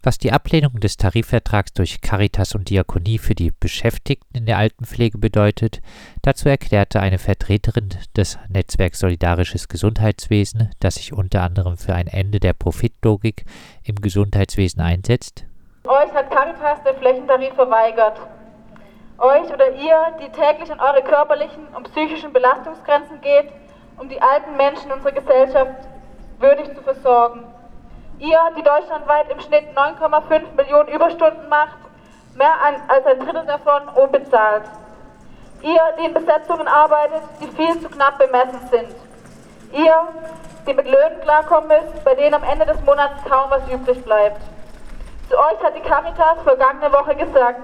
Was die Ablehnung des Tarifvertrags durch Caritas und Diakonie für die Beschäftigten in der Altenpflege bedeutet, dazu erklärte eine Vertreterin des Netzwerks Solidarisches Gesundheitswesen, das sich unter anderem für ein Ende der Profitlogik im Gesundheitswesen einsetzt: Euch hat Caritas den Flächentarif verweigert. Euch oder ihr, die täglich an eure körperlichen und psychischen Belastungsgrenzen geht, um die alten Menschen unserer Gesellschaft würdig zu versorgen. Ihr, die deutschlandweit im Schnitt 9,5 Millionen Überstunden macht, mehr als ein Drittel davon unbezahlt. Ihr, die in Besetzungen arbeitet, die viel zu knapp bemessen sind. Ihr, die mit Löhnen klarkommen müsst, bei denen am Ende des Monats kaum was übrig bleibt. Zu euch hat die Caritas vergangene Woche gesagt: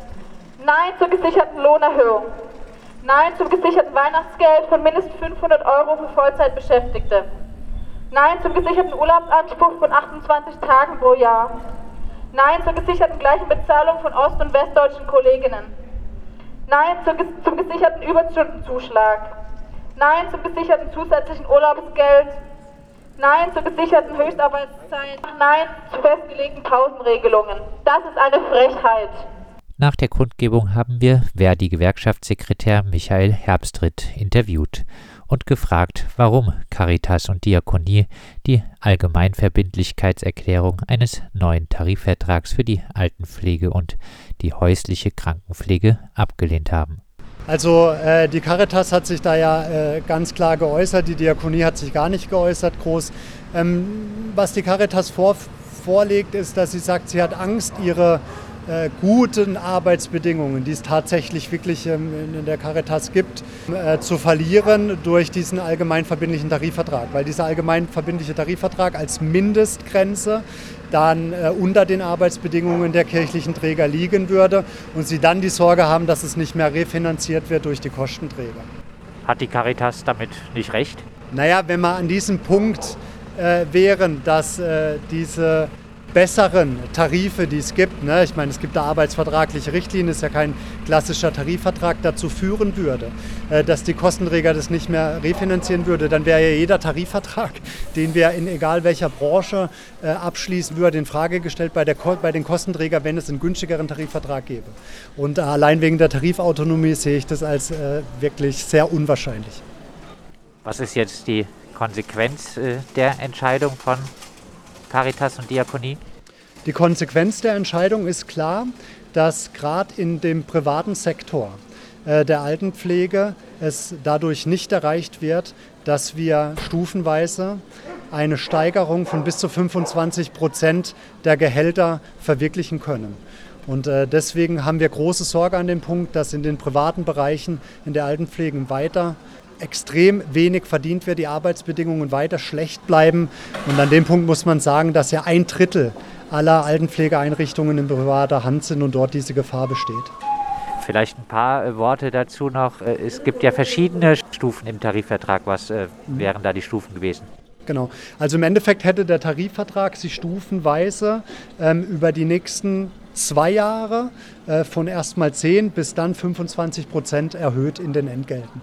Nein zur gesicherten Lohnerhöhung. Nein zum gesicherten Weihnachtsgeld von mindestens 500 € für Vollzeitbeschäftigte. Nein zum gesicherten Urlaubsanspruch von 28 Tagen pro Jahr. Nein zur gesicherten gleichen Bezahlung von ost- und westdeutschen Kolleginnen. Nein zum gesicherten Überstundenzuschlag. Nein zum gesicherten zusätzlichen Urlaubsgeld. Nein zur gesicherten Höchstarbeitszeit. Nein zu festgelegten Pausenregelungen. Das ist eine Frechheit. Nach der Kundgebung haben wir Verdi-Gewerkschaftssekretär Michael Herbstritt interviewt und gefragt, warum Caritas und Diakonie die Allgemeinverbindlichkeitserklärung eines neuen Tarifvertrags für die Altenpflege und die häusliche Krankenpflege abgelehnt haben. Also die Caritas hat sich da ja ganz klar geäußert, die Diakonie hat sich gar nicht geäußert groß. Was die Caritas vorlegt, ist, dass sie sagt, sie hat Angst, ihre guten Arbeitsbedingungen, die es tatsächlich wirklich in der Caritas gibt, zu verlieren durch diesen allgemeinverbindlichen Tarifvertrag. Weil dieser allgemeinverbindliche Tarifvertrag als Mindestgrenze dann unter den Arbeitsbedingungen der kirchlichen Träger liegen würde und sie dann die Sorge haben, dass es nicht mehr refinanziert wird durch die Kostenträger. Hat die Caritas damit nicht recht? Naja, wenn wir an diesem Punkt wären, dass diese besseren Tarife, die es gibt, ne? Ich meine, es gibt da arbeitsvertragliche Richtlinien, ist ja kein klassischer Tarifvertrag, dazu führen würde, dass die Kostenträger das nicht mehr refinanzieren würde, dann wäre ja jeder Tarifvertrag, den wir in egal welcher Branche abschließen würde, in Frage gestellt bei den Kostenträgern, wenn es einen günstigeren Tarifvertrag gäbe. Und allein wegen der Tarifautonomie sehe ich das als wirklich sehr unwahrscheinlich. Was ist jetzt die Konsequenz der Entscheidung von Caritas und Diakonie? Die Konsequenz der Entscheidung ist klar, dass gerade in dem privaten Sektor der Altenpflege es dadurch nicht erreicht wird, dass wir stufenweise eine Steigerung von bis zu 25% der Gehälter verwirklichen können. Und deswegen haben wir große Sorge an dem Punkt, dass in den privaten Bereichen in der Altenpflege weiter extrem wenig verdient wird, die Arbeitsbedingungen weiter schlecht bleiben. Und an dem Punkt muss man sagen, dass ja 1/3 aller Altenpflegeeinrichtungen in privater Hand sind und dort diese Gefahr besteht. Vielleicht ein paar Worte dazu noch. Es gibt ja verschiedene Stufen im Tarifvertrag. Was wären da die Stufen gewesen? Genau. Also im Endeffekt hätte der Tarifvertrag sich stufenweise über die nächsten 2 Jahre von erstmal 10 bis dann 25% erhöht in den Entgelten.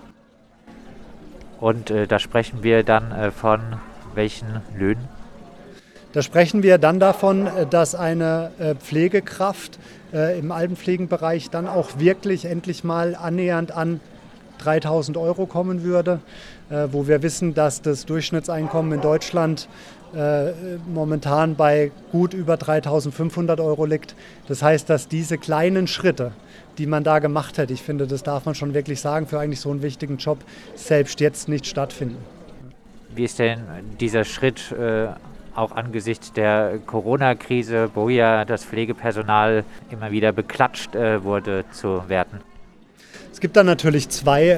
Und da sprechen wir dann von welchen Löhnen? Da sprechen wir dann davon, dass eine Pflegekraft im Altenpflegenbereich dann auch wirklich endlich mal annähernd an 3.000 € kommen würde, wo wir wissen, dass das Durchschnittseinkommen in Deutschland momentan bei gut über 3.500 € liegt. Das heißt, dass diese kleinen Schritte, die man da gemacht hat, ich finde, das darf man schon wirklich sagen, für eigentlich so einen wichtigen Job, selbst jetzt nicht stattfinden. Wie ist denn dieser Schritt auch angesichts der Corona-Krise, wo ja das Pflegepersonal immer wieder beklatscht wurde, zu werten? Es gibt da natürlich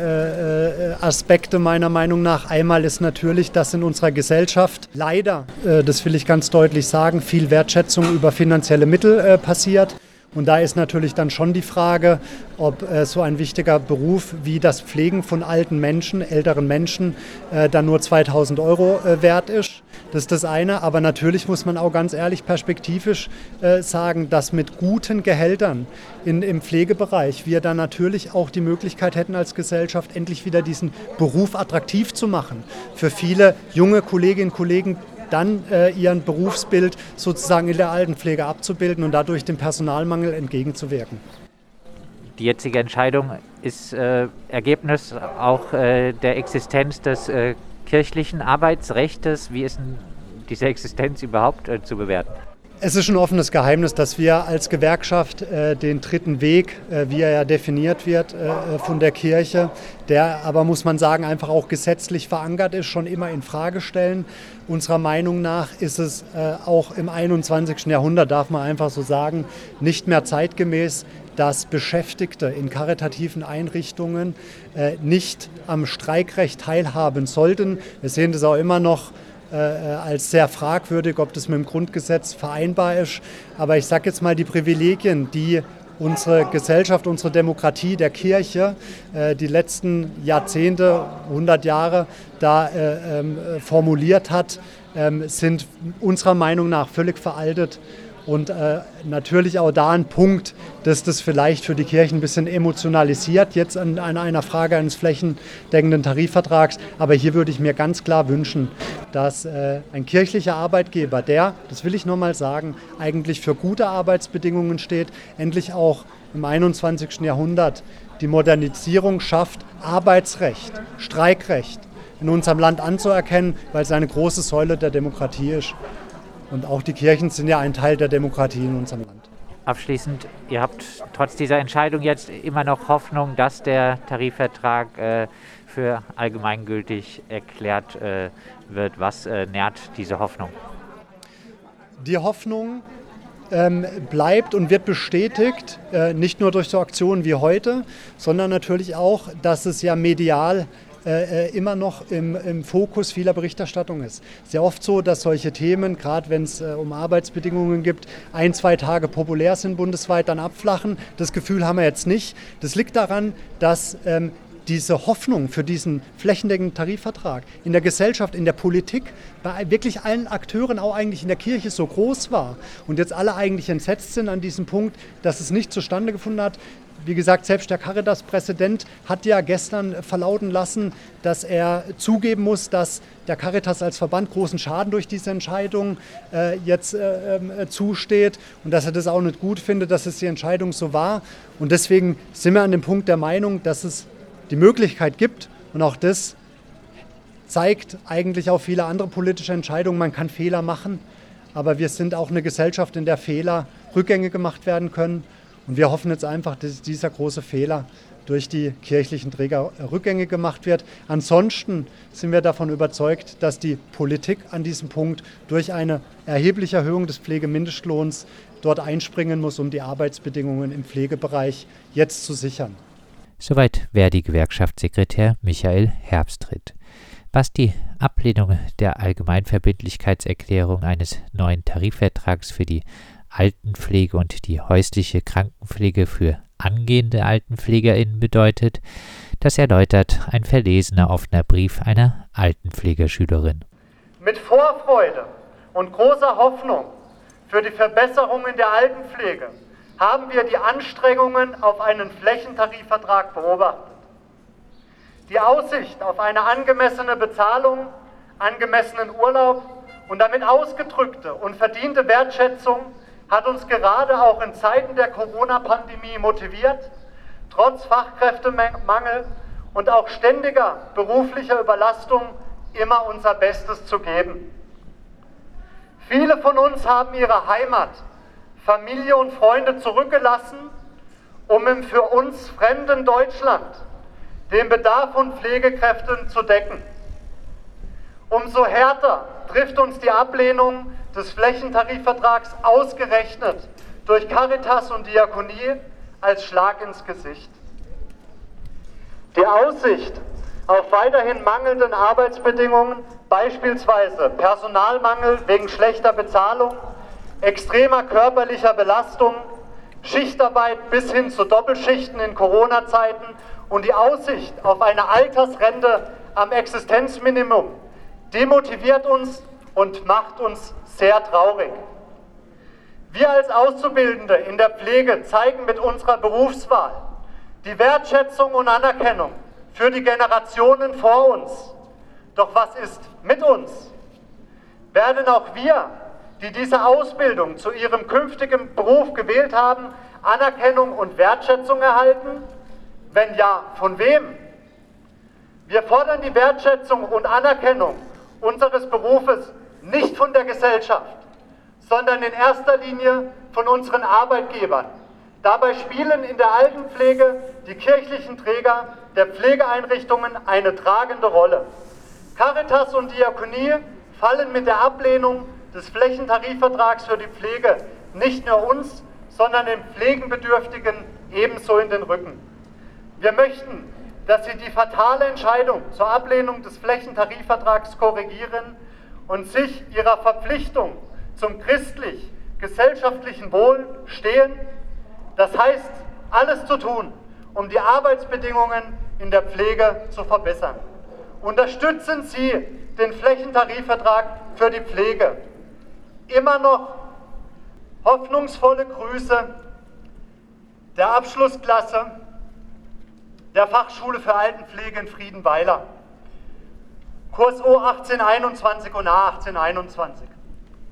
2 Aspekte meiner Meinung nach. Einmal ist natürlich, dass in unserer Gesellschaft leider, das will ich ganz deutlich sagen, viel Wertschätzung über finanzielle Mittel passiert. Und da ist natürlich dann schon die Frage, ob so ein wichtiger Beruf wie das Pflegen von alten Menschen, älteren Menschen, dann nur 2.000 € wert ist. Das ist das eine. Aber natürlich muss man auch ganz ehrlich perspektivisch sagen, dass mit guten Gehältern im Pflegebereich wir dann natürlich auch die Möglichkeit hätten als Gesellschaft, endlich wieder diesen Beruf attraktiv zu machen. Für viele junge Kolleginnen und Kollegen, dann ihren Berufsbild sozusagen in der Altenpflege abzubilden und dadurch dem Personalmangel entgegenzuwirken. Die jetzige Entscheidung ist Ergebnis auch der Existenz des kirchlichen Arbeitsrechtes. Wie ist denn diese Existenz überhaupt zu bewerten? Es ist ein offenes Geheimnis, dass wir als Gewerkschaft den dritten Weg, wie er ja definiert wird von der Kirche, der aber, muss man sagen, einfach auch gesetzlich verankert ist, schon immer in Frage stellen. Unserer Meinung nach ist es auch im 21. Jahrhundert, darf man einfach so sagen, nicht mehr zeitgemäß, dass Beschäftigte in karitativen Einrichtungen nicht am Streikrecht teilhaben sollten. Wir sehen das auch immer noch als sehr fragwürdig, ob das mit dem Grundgesetz vereinbar ist. Aber ich sage jetzt mal, die Privilegien, die unsere Gesellschaft, unsere Demokratie, der Kirche die letzten Jahrzehnte, 100 Jahre da formuliert hat, sind unserer Meinung nach völlig veraltet. Und natürlich auch da ein Punkt, dass das vielleicht für die Kirchen ein bisschen emotionalisiert, jetzt an einer Frage eines flächendeckenden Tarifvertrags. Aber hier würde ich mir ganz klar wünschen, dass ein kirchlicher Arbeitgeber, der, das will ich nochmal sagen, eigentlich für gute Arbeitsbedingungen steht, endlich auch im 21. Jahrhundert die Modernisierung schafft, Arbeitsrecht, Streikrecht in unserem Land anzuerkennen, weil es eine große Säule der Demokratie ist. Und auch die Kirchen sind ja ein Teil der Demokratie in unserem Land. Abschließend, ihr habt trotz dieser Entscheidung jetzt immer noch Hoffnung, dass der Tarifvertrag für allgemeingültig erklärt wird. Was nährt diese Hoffnung? Die Hoffnung bleibt und wird bestätigt, nicht nur durch so Aktionen wie heute, sondern natürlich auch, dass es ja medial immer noch im Fokus vieler Berichterstattung ist. Sehr oft so, dass solche Themen, gerade wenn es um Arbeitsbedingungen gibt, 1-2 Tage populär sind bundesweit, dann abflachen. Das Gefühl haben wir jetzt nicht. Das liegt daran, dass diese Hoffnung für diesen flächendeckenden Tarifvertrag in der Gesellschaft, in der Politik, bei wirklich allen Akteuren, auch eigentlich in der Kirche, so groß war und jetzt alle eigentlich entsetzt sind an diesem Punkt, dass es nicht zustande gefunden hat. Wie gesagt, selbst der Caritas-Präsident hat ja gestern verlauten lassen, dass er zugeben muss, dass der Caritas als Verband großen Schaden durch diese Entscheidung jetzt zusteht und dass er das auch nicht gut findet, dass es die Entscheidung so war. Und deswegen sind wir an dem Punkt der Meinung, dass es die Möglichkeit gibt, und auch das zeigt eigentlich auch viele andere politische Entscheidungen, man kann Fehler machen, aber wir sind auch eine Gesellschaft, in der Fehler rückgängig gemacht werden können. Und wir hoffen jetzt einfach, dass dieser große Fehler durch die kirchlichen Träger rückgängig gemacht wird. Ansonsten sind wir davon überzeugt, dass die Politik an diesem Punkt durch eine erhebliche Erhöhung des Pflegemindestlohns dort einspringen muss, um die Arbeitsbedingungen im Pflegebereich jetzt zu sichern. Soweit Verdi-Gewerkschaftssekretär Michael Herbstritt. Was die Ablehnung der Allgemeinverbindlichkeitserklärung eines neuen Tarifvertrags für die Altenpflege und die häusliche Krankenpflege für angehende AltenpflegerInnen bedeutet, das erläutert ein verlesener offener Brief einer Altenpflegerschülerin. Mit Vorfreude und großer Hoffnung für die Verbesserungen der Altenpflege haben wir die Anstrengungen auf einen Flächentarifvertrag beobachtet. Die Aussicht auf eine angemessene Bezahlung, angemessenen Urlaub und damit ausgedrückte und verdiente Wertschätzung hat uns gerade auch in Zeiten der Corona-Pandemie motiviert, trotz Fachkräftemangel und auch ständiger beruflicher Überlastung immer unser Bestes zu geben. Viele von uns haben ihre Heimat, Familie und Freunde zurückgelassen, um im für uns fremden Deutschland den Bedarf von Pflegekräften zu decken. Umso härter trifft uns die Ablehnung des Flächentarifvertrags ausgerechnet durch Caritas und Diakonie als Schlag ins Gesicht. Die Aussicht auf weiterhin mangelnden Arbeitsbedingungen, beispielsweise Personalmangel wegen schlechter Bezahlung, extremer körperlicher Belastung, Schichtarbeit bis hin zu Doppelschichten in Corona-Zeiten und die Aussicht auf eine Altersrente am Existenzminimum demotiviert uns und macht uns sehr traurig. Wir als Auszubildende in der Pflege zeigen mit unserer Berufswahl die Wertschätzung und Anerkennung für die Generationen vor uns. Doch was ist mit uns? Werden auch wir, die diese Ausbildung zu ihrem künftigen Beruf gewählt haben, Anerkennung und Wertschätzung erhalten? Wenn ja, von wem? Wir fordern die Wertschätzung und Anerkennung unseres Berufes nicht von der Gesellschaft, sondern in erster Linie von unseren Arbeitgebern. Dabei spielen in der Altenpflege die kirchlichen Träger der Pflegeeinrichtungen eine tragende Rolle. Caritas und Diakonie fallen mit der Ablehnung des Flächentarifvertrags für die Pflege nicht nur uns, sondern den Pflegebedürftigen ebenso in den Rücken. Wir möchten, dass Sie die fatale Entscheidung zur Ablehnung des Flächentarifvertrags korrigieren und sich Ihrer Verpflichtung zum christlich-gesellschaftlichen Wohl stehen. Das heißt, alles zu tun, um die Arbeitsbedingungen in der Pflege zu verbessern. Unterstützen Sie den Flächentarifvertrag für die Pflege. Immer noch hoffnungsvolle Grüße der Abschlussklasse der Fachschule für Altenpflege in Friedenweiler. Kurs O 1821 und A 1821.